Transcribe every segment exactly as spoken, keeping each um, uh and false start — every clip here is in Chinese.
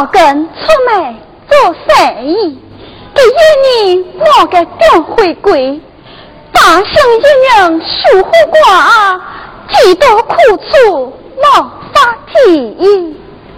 老根出门做生意，给一年我个刚回归，大生一人受苦寡，几多苦楚莫法体。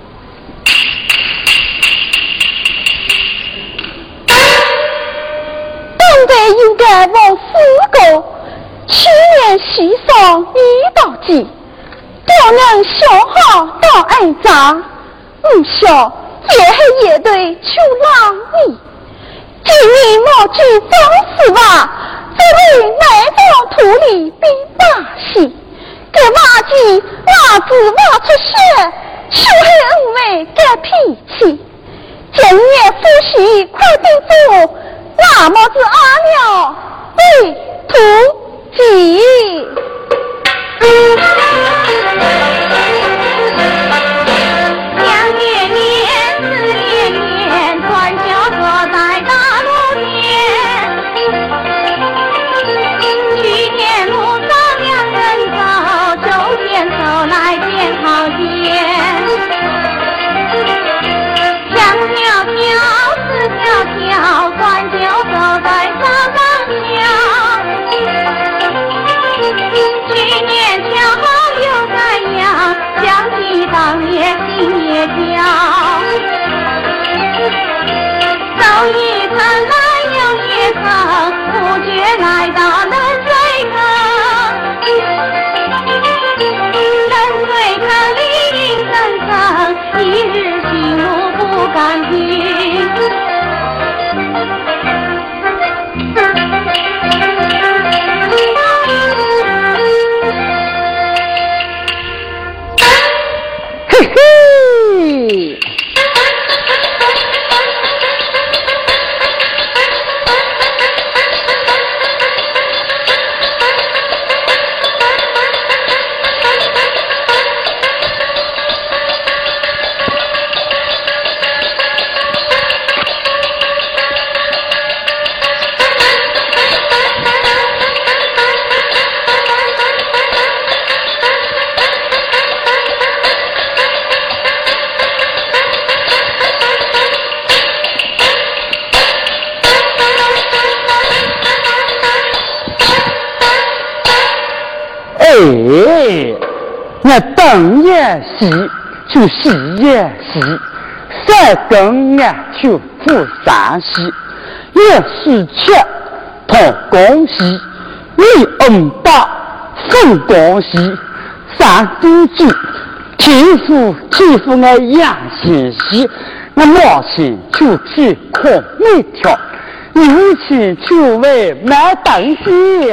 本来应该我四个去年洗手一道记，都能修好到二章，不晓也是也对出浪你。今年莫去方死吧，这里埋到土里比大戏，给挖机挖子挖出血，就黑五位个脾气。今夜夫媳快定住，那么子阿鸟为图己。 两年年，四年年，转角坐在大路边。去年路上两人走，秋天走来见好见。墙迢迢，石迢迢，转角走在沙岗桥。去年恰好又在阳，想起当年心也跳。走一层来又一层，不觉来到冷水坑。冷水坑里阴森森，一日心路不甘平。 嘿嘿，哎，那灯也洗，就洗也洗，三更也就不三洗，也是吃讨恭喜，你恩大分恭喜，三都记欺负欺负我杨先喜，我冒险就去空一条，有钱就为买东西。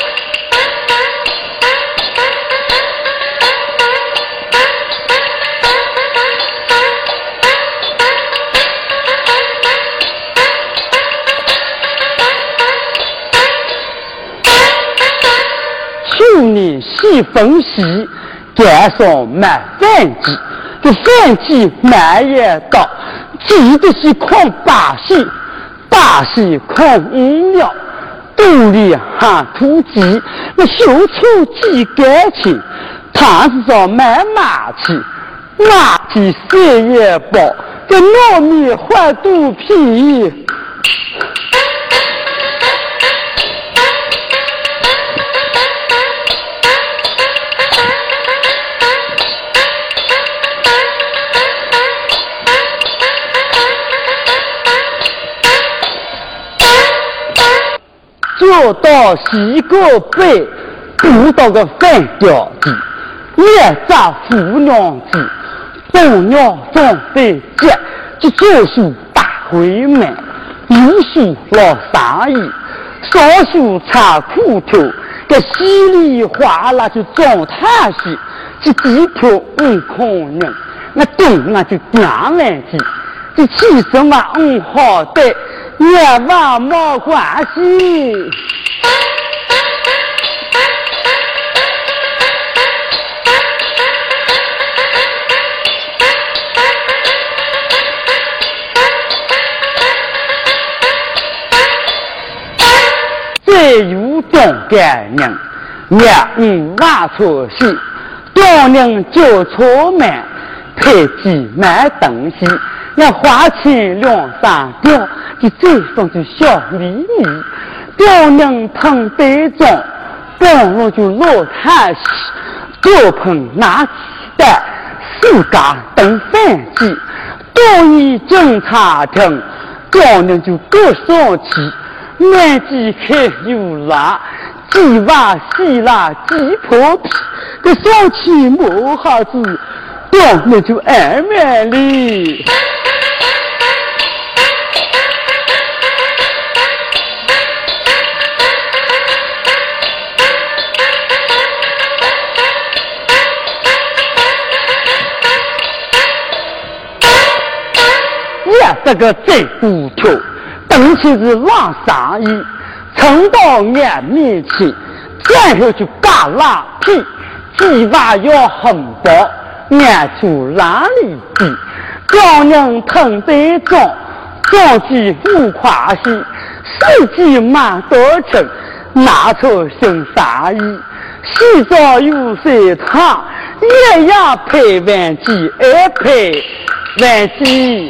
去年洗粉洗，赶上买饭机，这饭机买也到，急的是看把戏，把戏看无聊，肚里喊土鸡，那修出几干净，他是说买马去，马去三月包，这糯米换肚皮。做到洗个背，补到个饭吊子，一扎妇娘子，冬娘准备接，这做数大回门，有数老生意，少数查苦头，这稀里哗啦就糟蹋些，这几条五空人，那顶啊就两万几，这气什么嗯好的。也忘没关系，再有东干人，也唔挖出息，东人就出门，配去买东西。 要花钱两三吊，就这种就小礼仪，吊人碰杯中，半路就落太西，吊盆拿起来，四家等饭季，多一警察厅，吊人就各上去，满几开有拉，鸡娃细拉鸡婆皮，这上去没哈子，吊人就挨满里。这个最骨头，等起是拉上衣，撑到眼面前，然后就嘎拉皮，鸡娃要很薄，眼出哪里地，高人腾杯中，中计无夸西，四季满多成，拿出新上衣，洗澡有水烫，一样配碗鸡，二配碗鸡。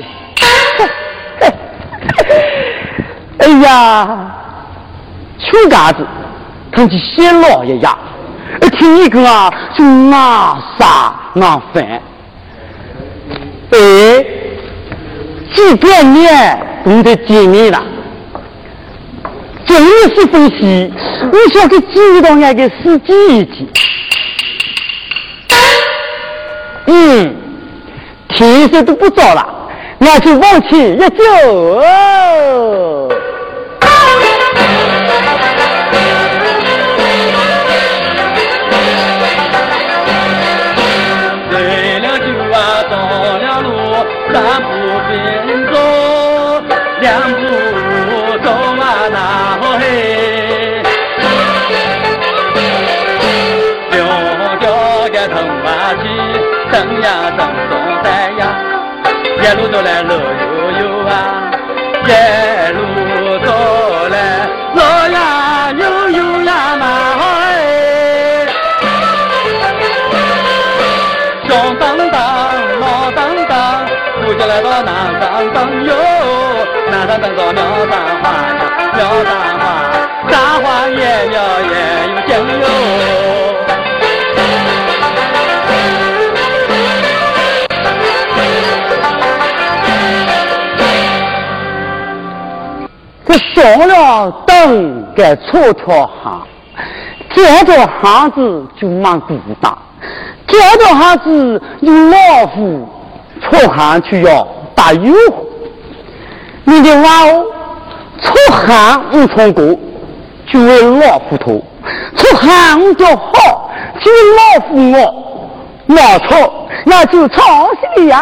哎呀，穷嘎子，看起仙老一样，听一个啊，就那啥那烦。哎，几百年我得见面了，真是分析，我想给知道那个司机一句。嗯，天色都不早了。那就往前一走， 对了酒啊，到了路，三步并走，两步走啊那好嘿，两条个藤花去，蹬呀蹬松在呀。一路走来乐悠悠啊，一路走来乐呀悠悠呀嘛哎，上当当老当当，我就来到南当当哟，南当当到苗山花呀，苗山花，山花也苗也有劲哟。 这上了灯该撮撮行，这条行子就蛮孤单，这条行子有老虎撮行去要打油壶。你的娃哦，撮行不从过，就为老虎头；撮行就好，就老虎我，老错那就吵死你呀！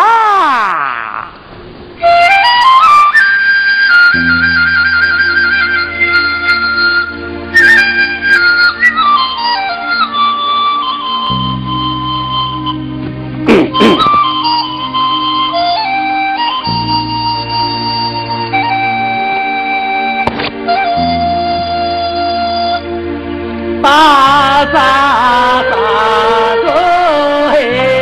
巴沙沙走嘿，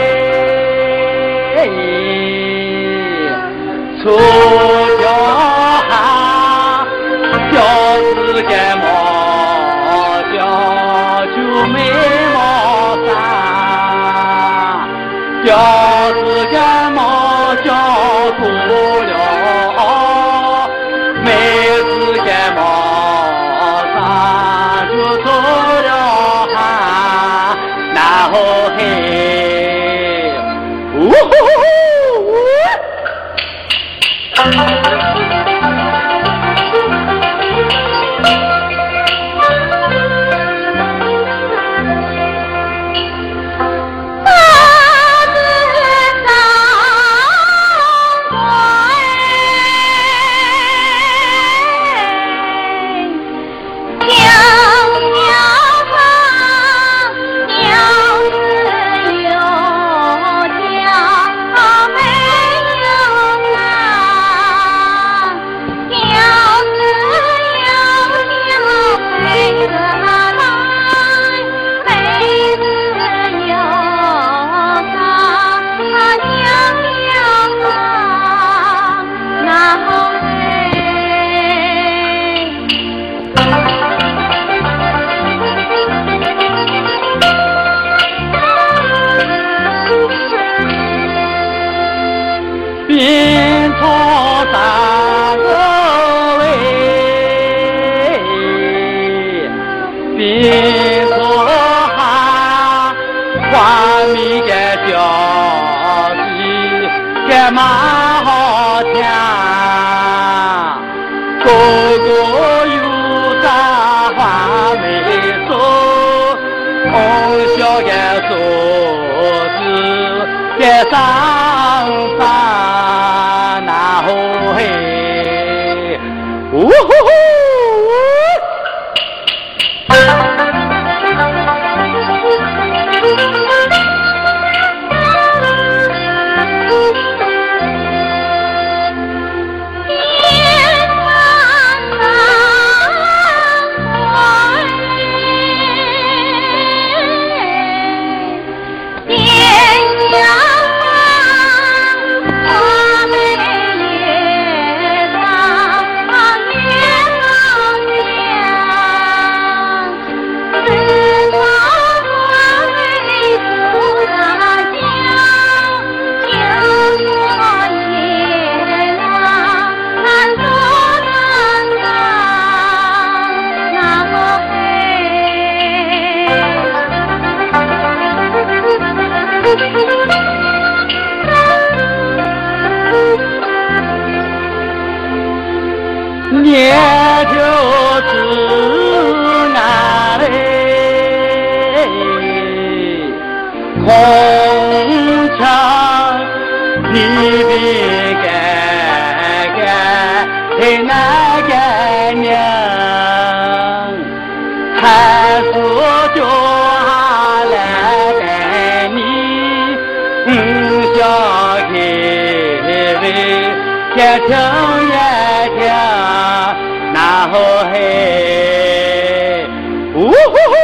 出脚下，脚趾间毛脚就没毛啥，脚趾间毛脚出了，没趾间毛。 有家没有边错三个位，边错哈花米个调戏个蛮好听，个个有啥话没说，从小个说子个上山那后嘿，呜呼呼。念就是俺嘞，空腔里边个个嘿那个娘，还说叫来带你，嗯小开喂，天听也听。然后嘿，呜呼呼！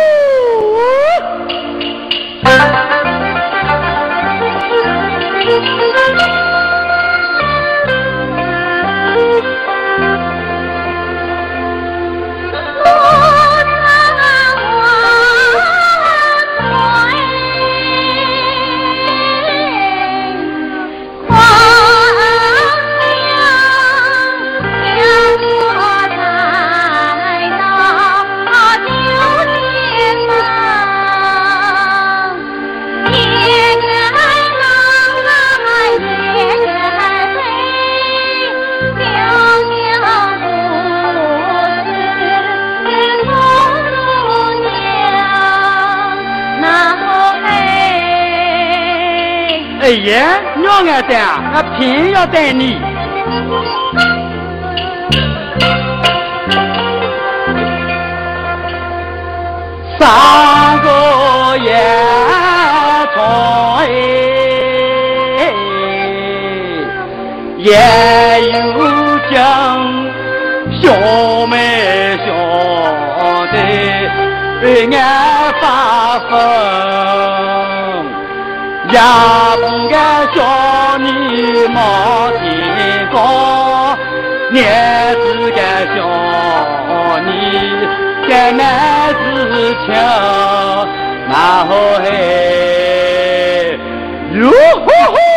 哎呀，娘儿的，我偏要带你。三个夜床也有讲兄妹兄弟爱发疯，也不该叫你冒天光，也只该叫你该男子强，然后嘿，哟呼呼。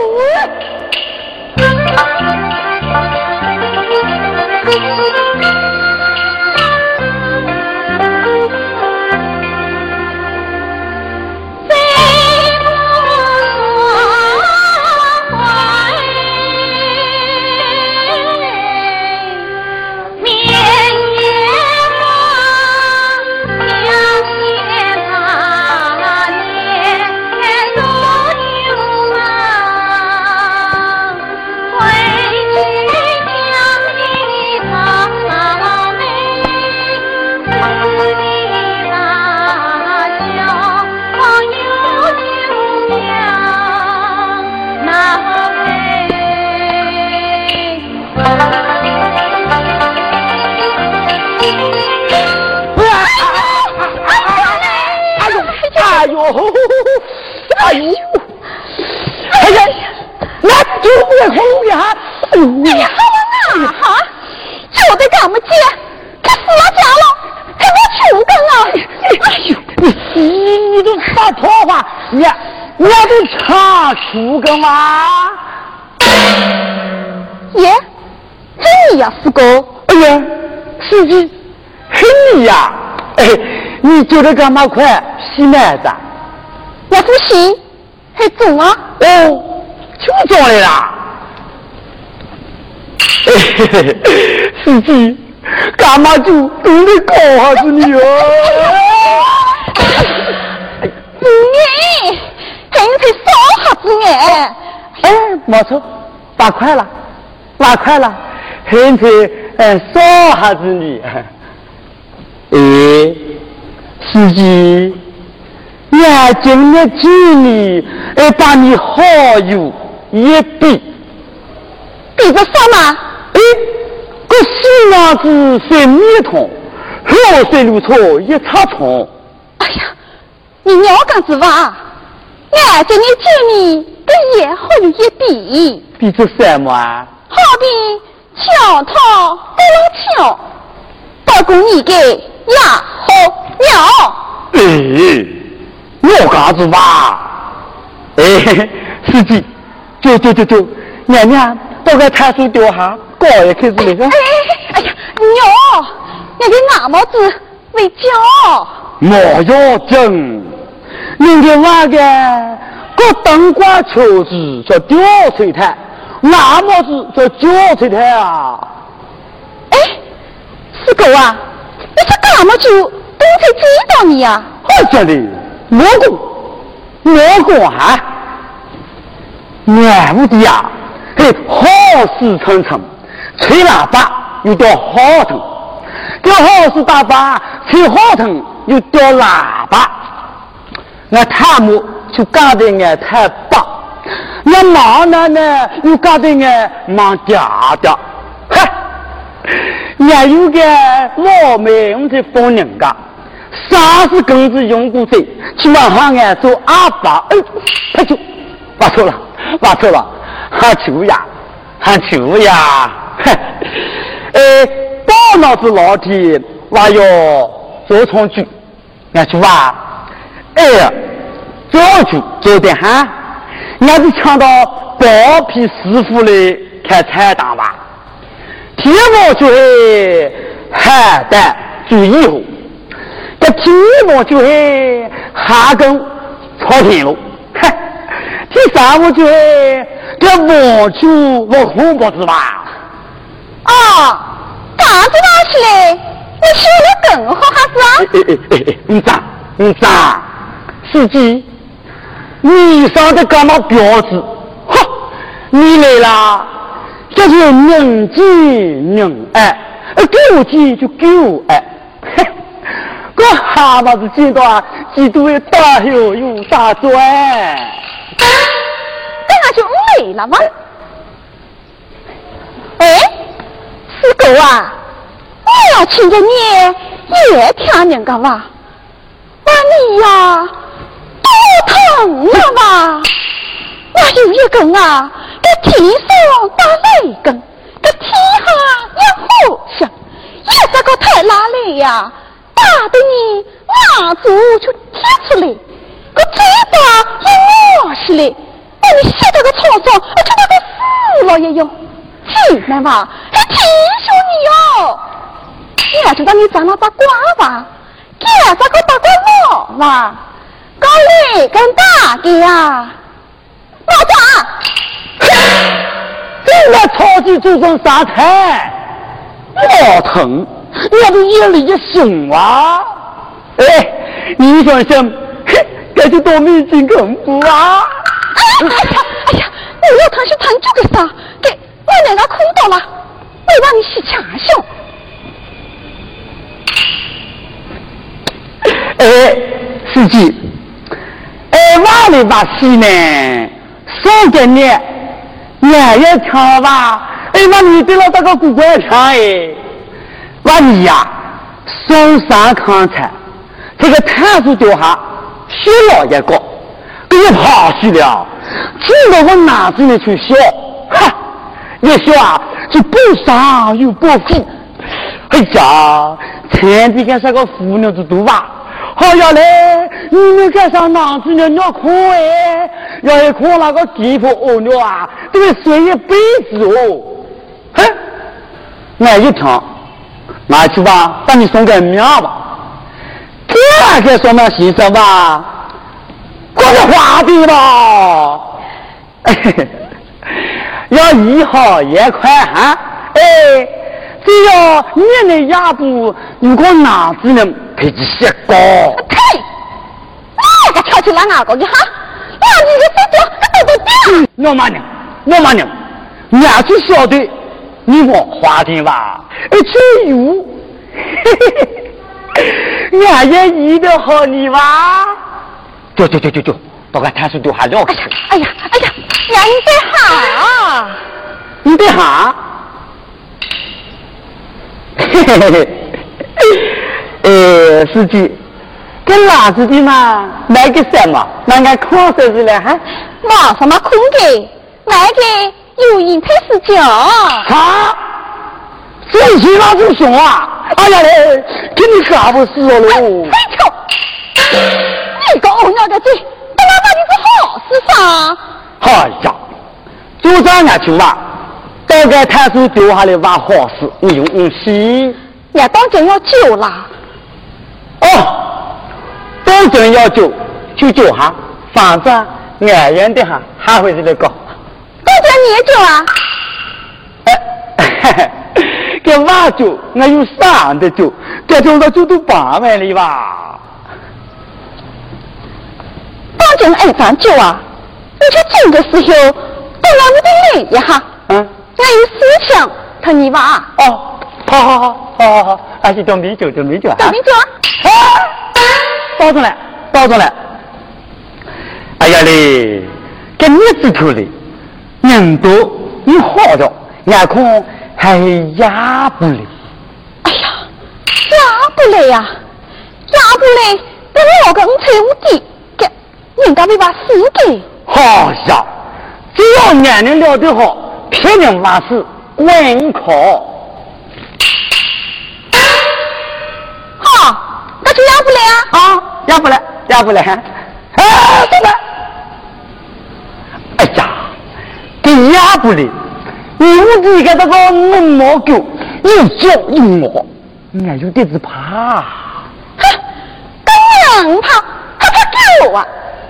哎呦！哎呀，那就别哭呀！ 哎呀，好啊哈！就得干么姐，这死了家了，还没出更啊！哎呦， 你你你都啥破话？你你要都唱出更吗？ 耶，是你呀，四哥。 哎呀，司机，是你呀！哎，你走得干嘛快？洗奶子？ 我不洗，还中啊？ 哦，就中来啦！哎嘿嘿，司机，干嘛就都得搞下子你哦？ 你，还是少下子哎！ 哎，没错，八块了，八块了，现在哎少下子你。哎，司机，眼睛的距离，哎，把你好友一比， 比着什么？ 哎，个细伢子水蜜桶，老水路错一插虫。 哎呀，你鸟杆子吧？眼睛的距离跟也好有一比。 比着什么啊？ 好比桥头对了桥，包括你给呀好鸟。 哎，鸟杆子吧？哎，司机，就就就就，娘娘到个探水钓下，高也开始来个。 哎哎呀，鸟，你给哪么子为叫？ 莫要紧，人家那个个灯光球子叫吊水台，那么子叫脚水台啊。 哎，四狗啊，你这干么就都才知道你呀、啊？ 我这里蘑菇，蘑菇啊，怪不得呀，嘿，好事成成，吹喇叭又叫好疼，叫好事大巴，吹好疼又叫喇叭。我他们就搞得我太棒，我忙呢呢又搞得我忙嗲嗲，哈，也有个老妹我在疯人家。三十根子用过嘴，去往上眼做阿爸，哎，他就挖错了，挖错了，喊球呀，喊球呀，哼，哎，大脑子老天，挖哟做长句，俺去挖，哎呀，做句做点哈，俺就抢到包皮师傅来开菜档吧，天王就是海带注意后。这第一幕就是哈根朝天路，哼，第三幕就是这王球我红脖子吧。 啊，干子拿起来，我学的更好哈子啊！ 哎哎哎哎，你咋？你咋？司机，你上的干嘛标志？哈，你来啦！这就人见人爱，狗见就狗爱，哼。个蛤蟆子见到啊，几度会大有有大转， 这那就累了吗？哎，四狗啊，我要请着你也听人家话，把你呀多疼了吧？我有一根啊，这天上打雷根，这天下也好像，也是个太拉累呀。打的你牙足就贴出来，个嘴巴也咬起来，把你吓得个草草，就那个死了也有，气来吧，还提醒你哦，也知道你长了把瓜吧，给这个大瓜老吧，高磊跟大的呀，老大， 这个超级祖宗啥菜，老疼。要不夜里一醒啊！哎，你想想，这就多没劲恐怖啊！ 哎呀，哎呀，我要疼是疼这个啥？给我奶奶哭到了，我让你洗强胸。 哎，司机，哎，哪里把戏呢？送给你，你也抢吧？哎，那你对了这个古怪抢哎。那你呀，松山康菜，这个炭素掉下，血老也高，给你跑去了，知道我哪子里去笑，哈，一笑啊就不伤又不富。哎呀，前几天是个妇女子读吧，好呀嘞，你们干上哪子的尿裤哎，要一看那个地铺屙尿啊，这个水一辈子哦。 俺一听，拿去吧，把你送给庙吧。这个什么先生吧？过个花的吧。要一好也快哈，哎，只要你的牙布如果哪只能配起些高。 呸！那个跳起来哪个的哈？那你的手脚都都掉。 老妈娘，老妈娘，俺就晓得你我花的吧？哎，真有，俺也医得好你吧？走走走走走，到个探水丢下了。 哎呀，哎呀，哎呀，呀，你得好， 你得好。嘿嘿嘿嘿，呃，司机，跟哪子的嘛？买个什么？买个空手子来哈？ 没什么空的，买个有银配是酒。 啊？这起哪种熊啊？哎呀嘞，给你吓不死我喽！ 非丑！你个欧鸟的嘴，本来把你是好事上。 哎呀，就这样去吧。大概探手丢下来挖好事，你用用心。 也当真要救啦。 哦，当真要救就救哈，反正俺人的哈还会是那个。 当真你也救啊？ 哎，给挖救，我有啥的救？这种的救都八万里吧。 当真爱咱救啊？你去救的时候，当然我得累一下。 嗯。 我有事情疼你吧？ 哦，好好好好好好，还是准备酒，准备酒啊！ 准备酒啊！ 倒上来，倒上来！哎呀嘞，这日子头嘞，人多你好着，眼看还压不来。 哎呀，压不来呀，压不来，跟老个五彩五地，这人家没把死给。 好呀，只要俺能聊得好。偏人挖事稳考， 好，那就压不来啊！ 啊，压不来，压不来，哎，对了，哎呀，给压不来，你屋子给那个嫩毛狗，又叫又毛，俺有点子怕。 哼，跟人怕，还怕狗啊？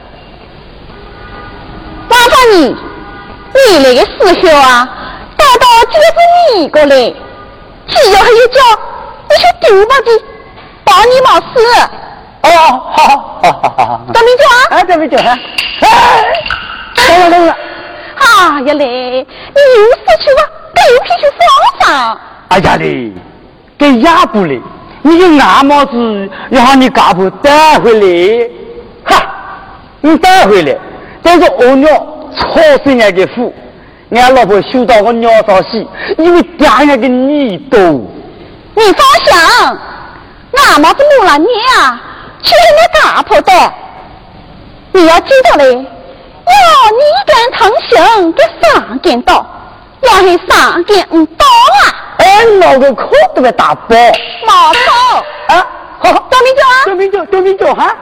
麻烦你。你那个时候啊，大到就是你过来，只要还有叫，你去丢吧的，保你没事。 哦，好好好好好。 准备酒啊！ 哎，准备酒啊！哎，等了等了。 哎呀嘞，你有事去吧，得有屁去放上。 哎呀嘞，给压不来，你个俺帽子要把你嘎布带回来，哈，你带回来，但是我鸟。操死俺个父，俺老婆修到我尿骚戏，因为嗲俺个泥豆。 你放心，俺们是木兰娘啊，去那大婆的。你要知道嘞，要你敢同行给上件刀，要是上件唔刀啊， 哎，老个口都来打包。 冇错啊，好， 准备酒啊， 准备酒，准备酒哈。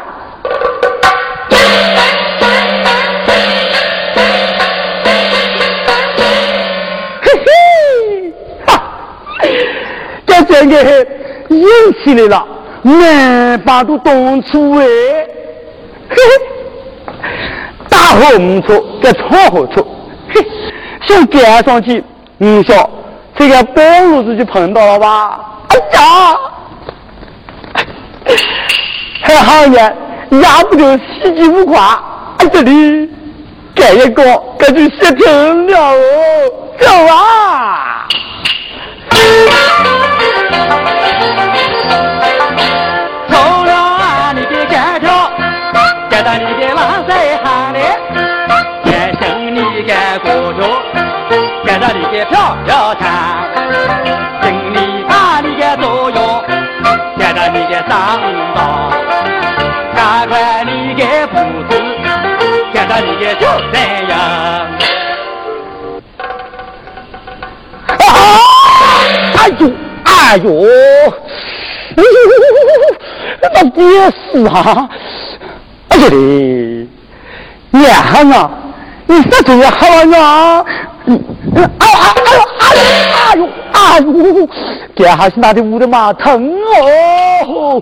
这个硬起来了，满把都动出哎，嘿嘿，大后唔错，在窗后错，嘿，想赶上去，你说这个半路子就碰到了吧？哎呀，还好呀，压不就喜极无夸，哎这里改一个，这就写成了哦，走啊！ 抽了你的干条，干到你的浪在行里，干成你干过桥，干到你的漂漂山，经你把你的作用，干到你的上道，赶快你的步子，干到你的就这样。 哎呦，哎呦，哎呦，那别死啊！哎呀嘞，你喊啊，你啥子也喊啊？哎哎哎呦，哎呦，哎哎呦，这还是那的屋的马疼哦！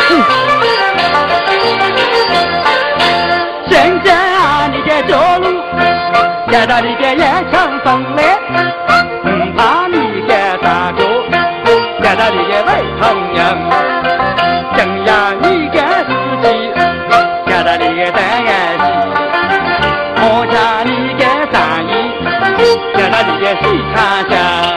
现在啊，你的走路，见到你的眼强生来，不怕你的大狗，见到你的外朋友，正呀你的司机，见到你的单眼机，摸下你的生意，见到你的西餐香。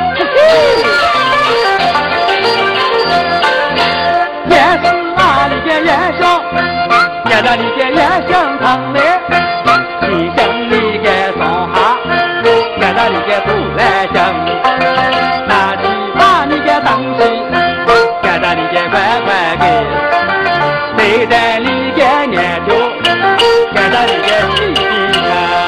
也是啊，你的眼笑，见到你的眼香疼来，你想你的上下，见到你的不来香，拿起把你的东西，见到你的乖乖给，对待你的念头，见到你的细心啊。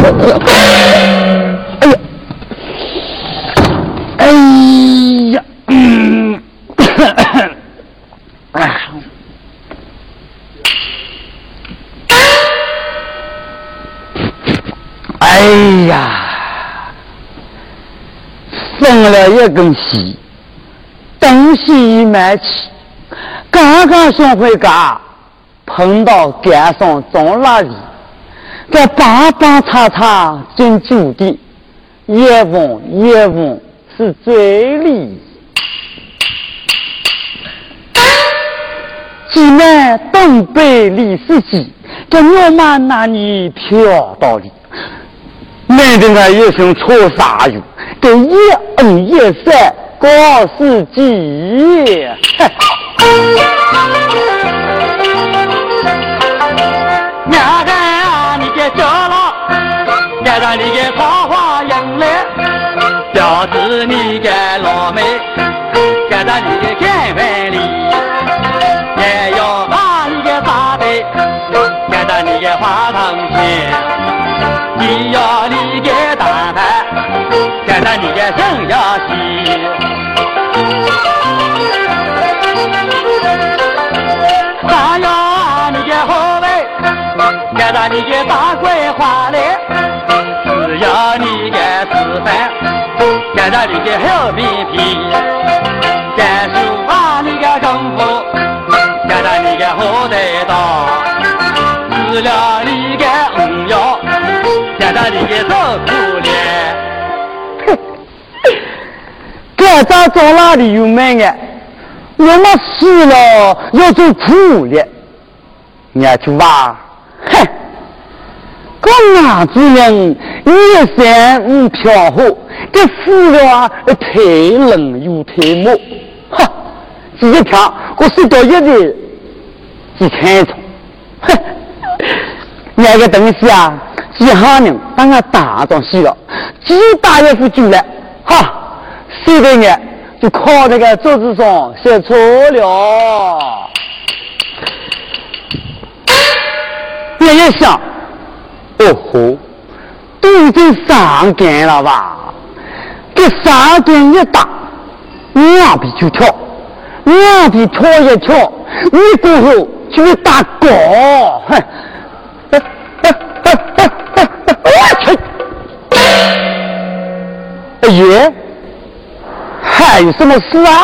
哎呀，嗯，哎，哎呀，生了一根细，东西一买起，刚刚想回家，碰到街上种垃圾，这巴巴叉叉进酒店，越闻越闻是嘴里。济南东北李司机，这我妈那里飘到里，没得我也想错啥用，这一恩一善高司机。 娘个啊，你给叫了，该让你给桃花迎来，表示你给老妹，该让你给干饭里。也要把你给打对，该让你给花堂钱，你要你给打牌，该让你给生下息。咱要你给后背，该让你给打桂花来，只要你给吃饭，该让你给好皮皮，该说把你给功夫。该让你给好得到，治疗你给五药，该让你给受苦了。 这咋找哪里有卖的？我们死了要做苦了，你要去挖？哼！这哪子人一山五飘忽，这死了啊，太冷又太木，哈！这一条我是到一日去看一场，哼！那个东西啊，几行人当我打仗去了，几大一副酒来，哈！谁的呢？就靠那个桌子上写错了。我一想，哦吼，都已经上杆了吧？这上杆一打，两边就跳。两边跳一跳，你过后就打高，哼！我去！哎呀，还有什么事啊？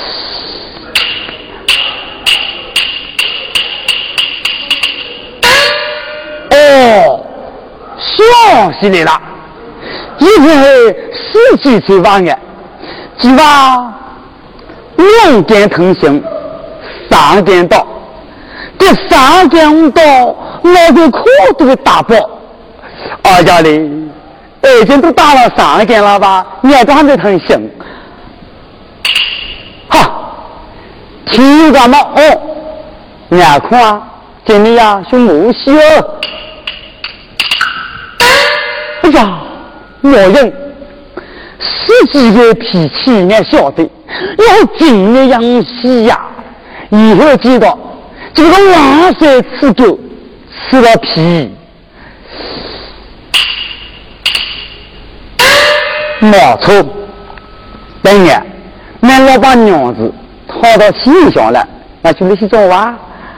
哦，想起来了，一天十几岁晚的，几晚。两件腾行，三件到，这三件到，我就可都打爆。二家里已经都打了三件了吧？你还还没腾行？哈，体育干嘛？哦，你看啊，今天呀是无锡哦。哎呀，我人十几个脾气，你还晓得？要尽力养息呀！以后记得这个晚上吃狗，吃了皮，没错。等下，俺老把娘子套到心上了，那就没去做啊。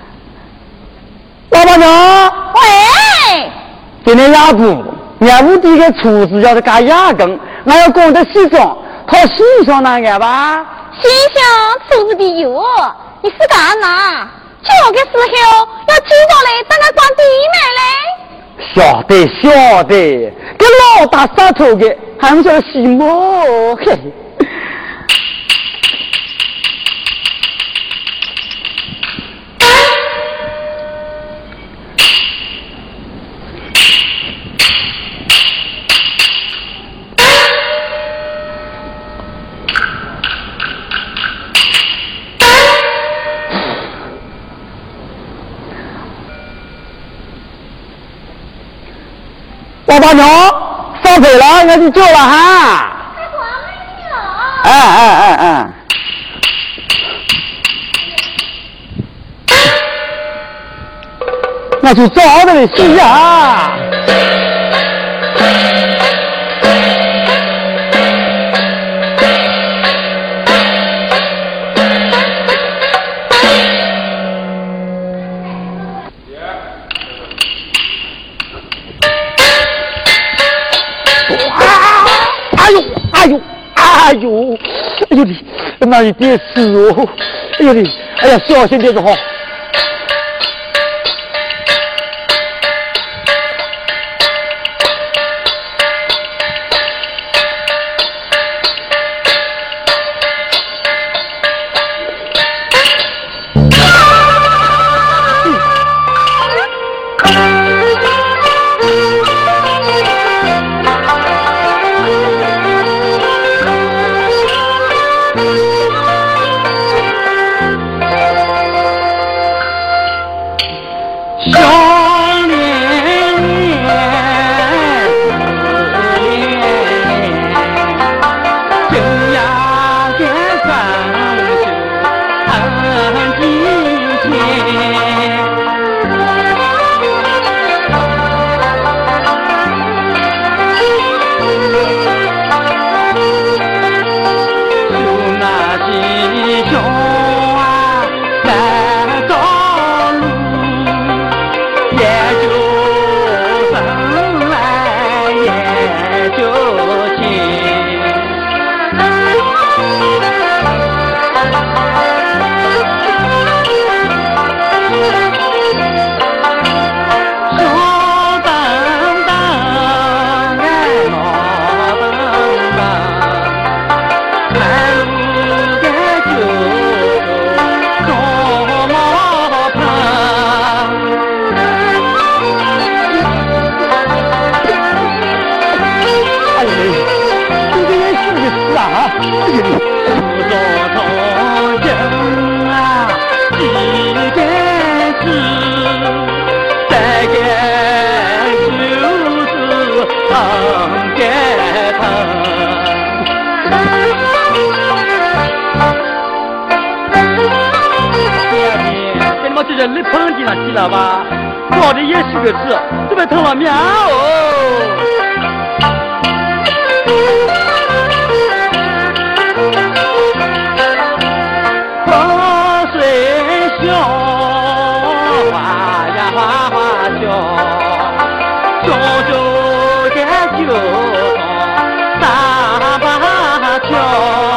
老板娘， 喂， 今天鸭子，俺屋底个厨子要是干牙根，俺要供的西装。套心上那个吧， 心上厨子的有，你是干哪？这个时候要记到来，等他关闭门嘞。 晓得晓得，这老大杀头的，还不晓得西么？嘿。老大娘，上腿了，我去救了哈。哎哎哎哎。那就早点洗呀。 哎呦，哎呦你，那你别死哦！哎呦你，哎呀，小心点子好。 人类碰见了去了吧？搞的也是个事，这边疼了苗哦。河水小，花呀花花小，小小的酒桶大把桥。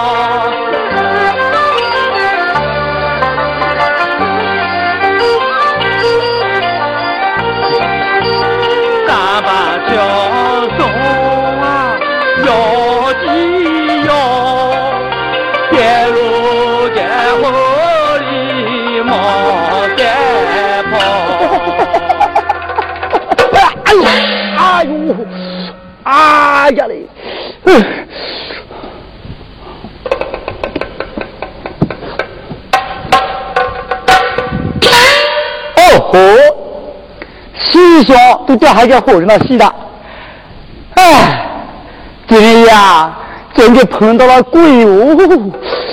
哎呀嘞！嗯，哦吼，西乡都叫还叫火人了西的，哎，今天呀，真的碰到了鬼哦！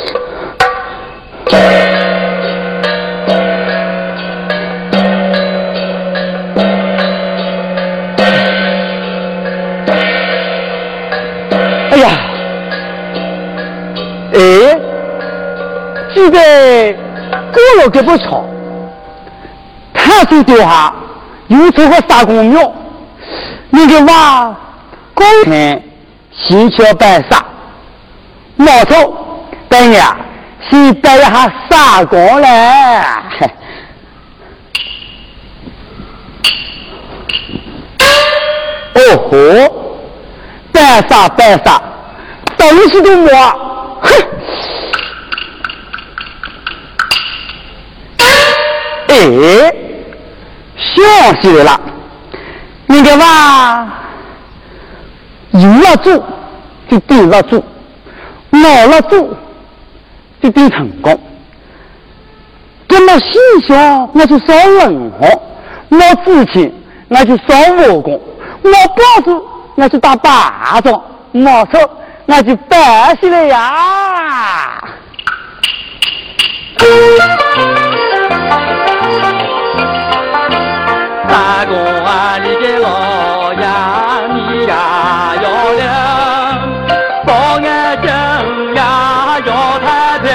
这个过了这不巧，他就掉下有这个沙公庙，那个娃高天西桥拜沙，毛头等呀先拜一下沙公来。哦吼，拜沙拜沙，到底是都没，哼。哎，想起来了，那个娃有了住就顶了住，老了住就顶成功。这么细小，那就少文化；老知情，那就少武功；老包子，那就打巴掌；毛头，那就白起来呀。 大公啊，你的老呀，你呀要亮，保安证呀要太平，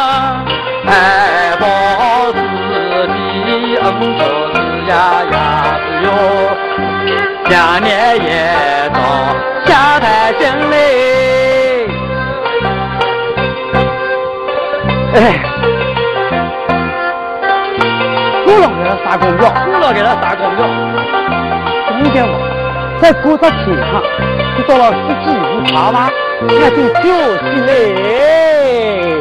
爱保自己恩仇是呀呀是哟，两年也到下台审嘞， 哎，过了给他撒公庙， 过了给他撒公庙。 应该吧？再过到天上，就到了十几步爬吧，那就就是嘞。